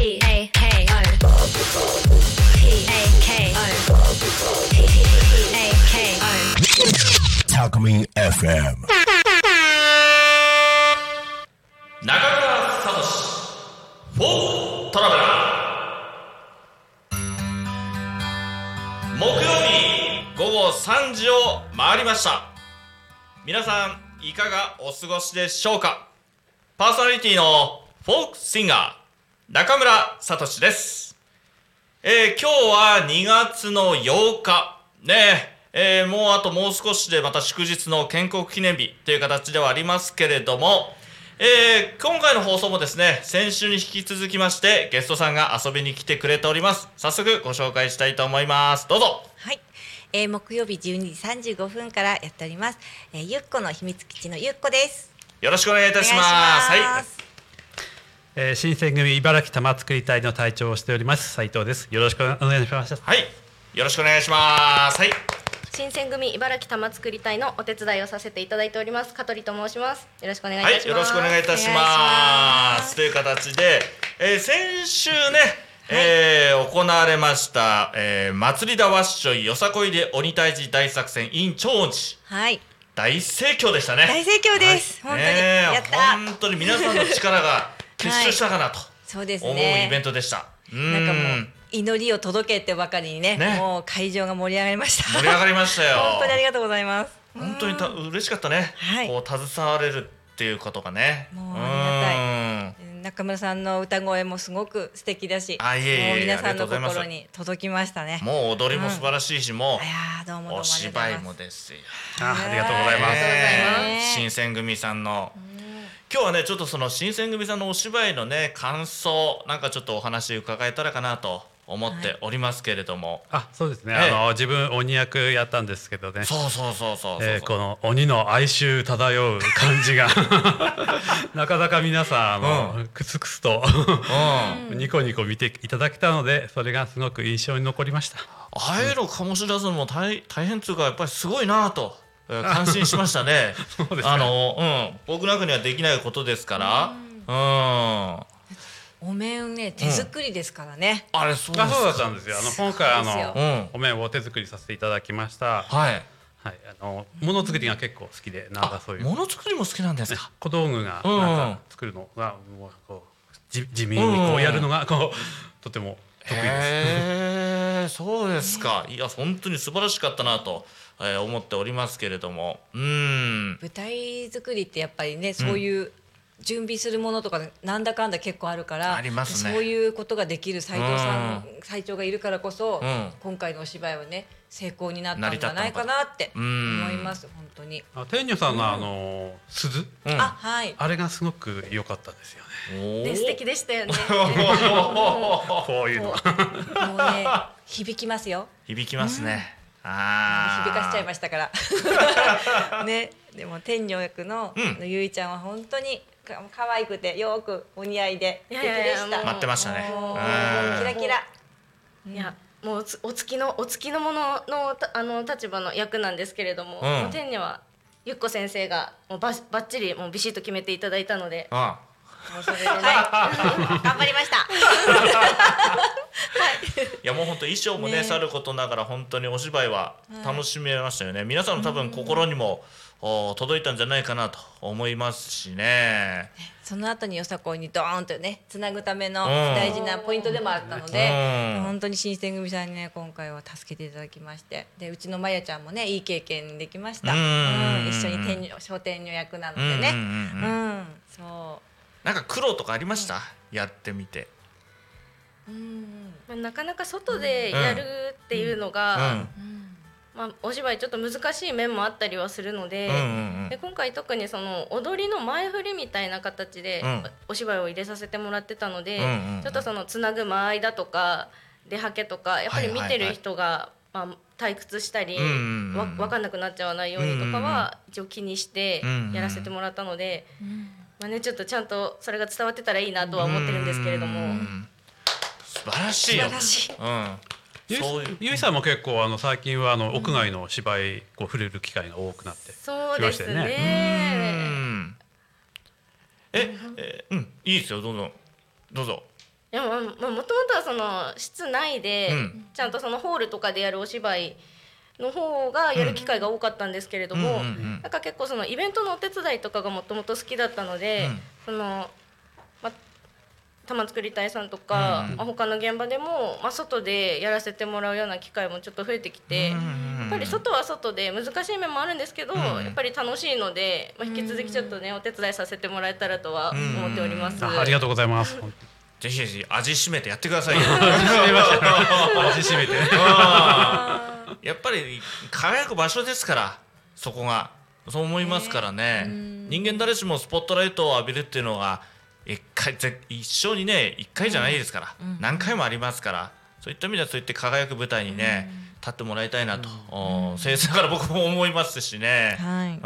タコミン FM 中村聡フォートラベラー。木曜日午後3時を回りました。皆さんいかがお過ごしでしょうか。パーソナリティのフォークシンガー中村聡です。今日は2月の8日ね。もう少しでまた祝日の建国記念日という形ではありますけれども、今回の放送もですね、先週に引き続きましてゲストさんが遊びに来てくれております。早速ご紹介したいと思います。どうぞ。 はい、木曜日12時35分からやっております、ゆっこの秘密基地のゆっこです。 よろしくお願いいたします。はい。 新選組茨城玉造り隊の隊長をしております斉藤です。よろしくお願いします。 はい、よろしくお願いします。はい。 新選組茨城玉造り隊のお手伝いをさせていただいております香取と申します。よろしくお願いいたします。 はい、よろしくお願いいたしますという形で、先週ね、行われました、祭りだわっしょいよさこいで鬼退治大作戦 in 長治、 はい、 大盛況でしたね。 大盛況です、はい、本当にやった。 本当に皆さんの力が結集したかなとそうですね、 思うイベントでした。 なんかもう祈りを届けってばかりに ねもう会場が盛り上がりました。 盛り上がりましたよ本当にありがとうございます。 本当に嬉しかったね、はい、こう携われるっていうことがね、 もうありがたい。中村さんの歌声もすごく素敵だし、もう皆さんの心に届きましたね。 もう踊りも素晴らしいし、もうどうもお芝居もですよ。 ありがとうございます。 新選組さんの今日はね、ちょっとその新選組さんのお芝居のね感想なんかちょっとお話伺えたらかなと思っておりますけれども、 そうですね、自分鬼役やったんですけどね。 そうこの鬼の哀愁漂う感じがなかなか皆さんクスクスとニコニコ見ていただけたので、それがすごく印象に残りました。 ああいうの醸し出すのも大変というかやっぱりすごいなと感心しましたね。 そうですか。 僕なんかにはできないことですから。 お面ね手作りですからね。 あれそうだったんですよ。今回お面を手作りさせていただきました。 はいはい、ものづくりが結構好きで、なんかそういうものづくりも好きなんですか。 小道具がなんか作るのがもうこう地味にこうやるのがこうとても得意です。 そうですか。いや本当に素晴らしかったなと思っておりますけれども、舞台作りってやっぱりね、そういう準備するものとかなんだかんだ結構あるから、 ありますね。 そういうことができる斉藤さん、斉長がいるからこそ、今回のお芝居はね成功になったんじゃないかなって思います。本当に天女さんの鈴、あれがすごく良かったですよね。 素敵でしたよね。 こういうのもうね響きますよ。 響きますね。 響かしちゃいましたからね。でも天女役のゆいちゃんは本当に可愛くてよくお似合いで素敵でした。 待ってましたね。 キラキラ。 いやもうお付きのものの立場の役なんですけれども、天女はゆっこ先生がもうバッチリもうビシッと決めていただいたので、もうそれでね、頑張りました。 いやもう本当衣装もねさることながら本当にお芝居は楽しめましたよね。皆さんの多分心にも届いたんじゃないかなと思いますしね。 その後によさこいにドーンとねつなぐための大事なポイントでもあったので、本当に新選組さんにね今回は助けていただきまして、でうちのまやちゃんもねいい経験できました。一緒に小天女役なのでね。 なんか苦労とかありました？やってみて。 なかなか外でやるっていうのが、お芝居ちょっと難しい面もあったりはするので、で今回特にその踊りの前振りみたいな形でお芝居を入れさせてもらってたので、ちょっとそのつなぐ間合いだとか出はけとかやっぱり見てる人が退屈したり分かんなくなっちゃわないようにとかは一応気にしてやらせてもらったので、ちょっとちゃんとそれが伝わってたらいいなとは思ってるんですけれども。 素晴らしいよ。 ゆいさんも結構最近は屋外の芝居こう触れる機会が多くなってきましたよね。 いいですよ、どうぞ。 いいやもともとはその室内で、ちゃんとそのホールとかでやるお芝居の方がやる機会が多かったんですけれども、なんか結構そのイベントのお手伝いとかがもともと好きだったので、その玉造り隊さんとか、他の現場でも、外でやらせてもらうような機会もちょっと増えてきて、やっぱり外は外で難しい面もあるんですけど、やっぱり楽しいので、引き続きちょっとねお手伝いさせてもらえたらとは思っております。 ありがとうございます。 ぜひぜひ味しめてやってくださいよ。 味しめて。 やっぱり輝く場所ですから、そこがそう思いますからね。人間誰しもスポットライトを浴びるっていうのが一生にね1回じゃないですから、何回もありますから、そういった意味ではそういって輝く舞台にね、立ってもらいたいなと、先生から僕も思いますしね。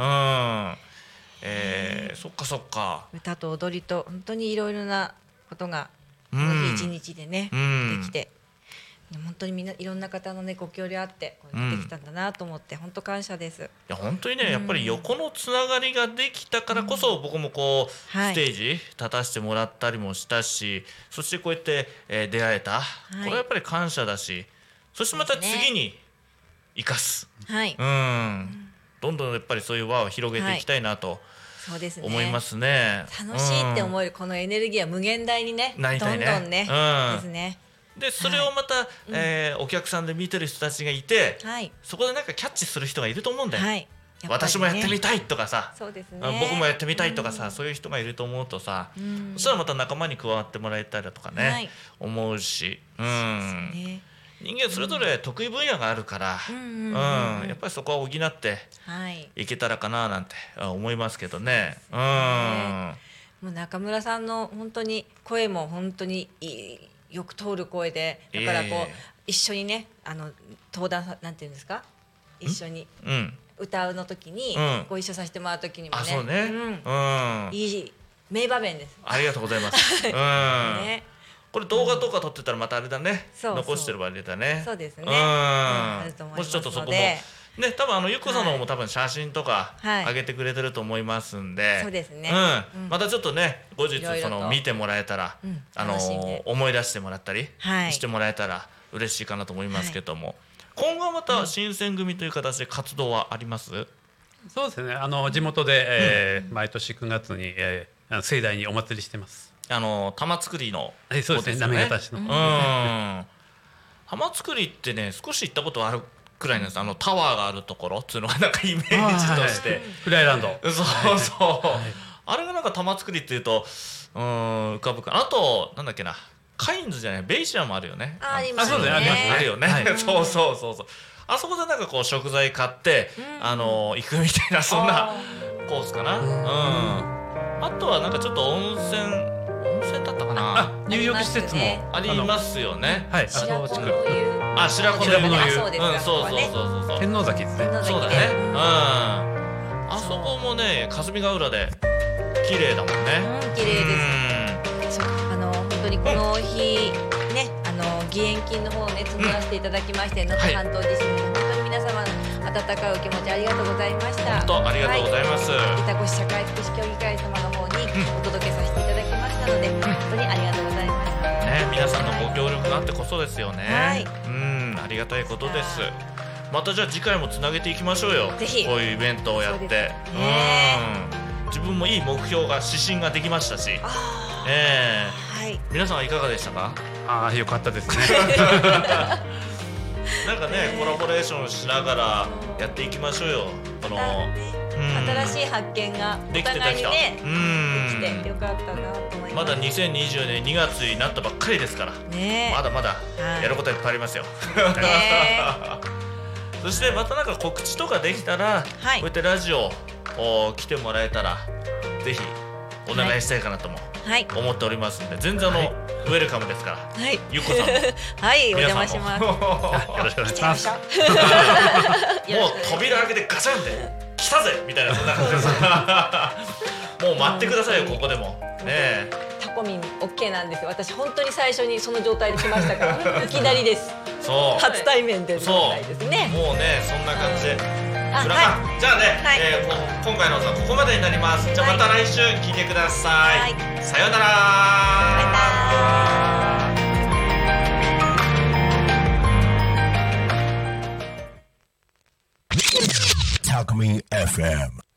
そっかそっか。 歌と踊りと本当にいろいろなことがこの日一日でね、できて、本当にみんないろんな方のねご協力あってこれできたんだなと思って、本当感謝です。いや本当にね、やっぱり横のつながりができたからこそ、僕もこうステージ立たせてもらったりもしたし、そしてこうやって、出会えた、これはやっぱり感謝だし、そしてまた次に生かす、どんどんやっぱりそういう輪を広げていきたいなと、そうですね、思いますね。 楽しいって思えるこのエネルギーは無限大にね、どんどんね、ですね。 でそれをまた、お客さんで見てる人たちがいて、そこでなんかキャッチする人がいると思うんだよ。私もやってみたいとかさ、僕もやってみたいとかさ、そういう人がいると思うとさ、そしたらまた仲間に加わってもらえたりだとかね、思うし、人間それぞれ得意分野があるから、やっぱりそこは補っていけたらかななんて思いますけどね。 もう中村さんの本当に声も本当によく通る声で、だからこう一緒にね登壇なんていうんですか、一緒に歌うの時にご一緒させてもらう時にもね、いい名場面です。 ありがとうございます。これ動画とか撮ってたらまたあれだね、残してる場合だね。 そうですね。 もしちょっとそこもね、多分ゆっこさんの方も多分写真とか上げてくれてると思いますんで、 そうですね。 またちょっとね後日その見てもらえたら、思い出してもらったりしてもらえたら嬉しいかなと思いますけども、今後はまた新選組という形で活動はあります？ そうですね。地元で毎年9月に盛大にお祭りしてます。 玉造りの、 そうですね。行方市の。 玉造りってね、少し行ったことあるくらいなんです。タワーがあるところっていうのがなんかイメージとしてフライランド、 そうそう、あれがなんか玉造りっていうと浮かぶかな。あとなんだっけな、カインズじゃない、ベイシアもあるよね。 ありますね。 あるよね。そうそうそうそう。あそこでなんかこう食材買って行くみたいな、そんなコースかな。あとはなんかちょっと温泉だったかな。 入浴施設もありますよね。 はい。 白子の湯。そう。 天王崎ですね。 そうだね。あそこもね、霞ヶ浦で綺麗だもんね。 綺麗です。本当にこの日ね、義援金の方をね募らせていただきまして、能登半島地震で本当に皆様の温かいお気持ちありがとうございました。 本当ありがとうございます。 潮来市社会福祉協議会様の方にお届けさせていただきましたので、本当にありがとうございました。 皆さんのご協力があってこそですよね。ありがたいことです。またじゃあ次回もつなげていきましょうよ。 ぜひこういうイベントをやって、自分もいい目標が指針ができましたし、皆さんはいかがでしたか？ よかったですね。 なんかね、コラボレーションしながらやっていきましょうよ。 新しい発見がお互いにねできてよかったなと思います。 まだ2020年2月になったばっかりですから、まだまだやることいっぱいありますよ。そしてまたなんか告知とかできたら、こうやってラジオ来てもらえたらぜひお願いしたいかなとも思っておりますので、全然ウェルカムですから、ゆっこさんもはいお邪魔します。 よろしくお願いします。もう扉開けてガチャンって来たぜみたいな、そんな感じです。もう待ってくださいよ、ここでもね。 タコミン OK なんですよ。私本当に最初にその状態で来ましたからいきなりです。初対面で状態ですね。 もうね、そんな感じでじゃあね、今回の放送はここまでになります。じゃあまた来週聞いてください。さようなら。 Talk Me FM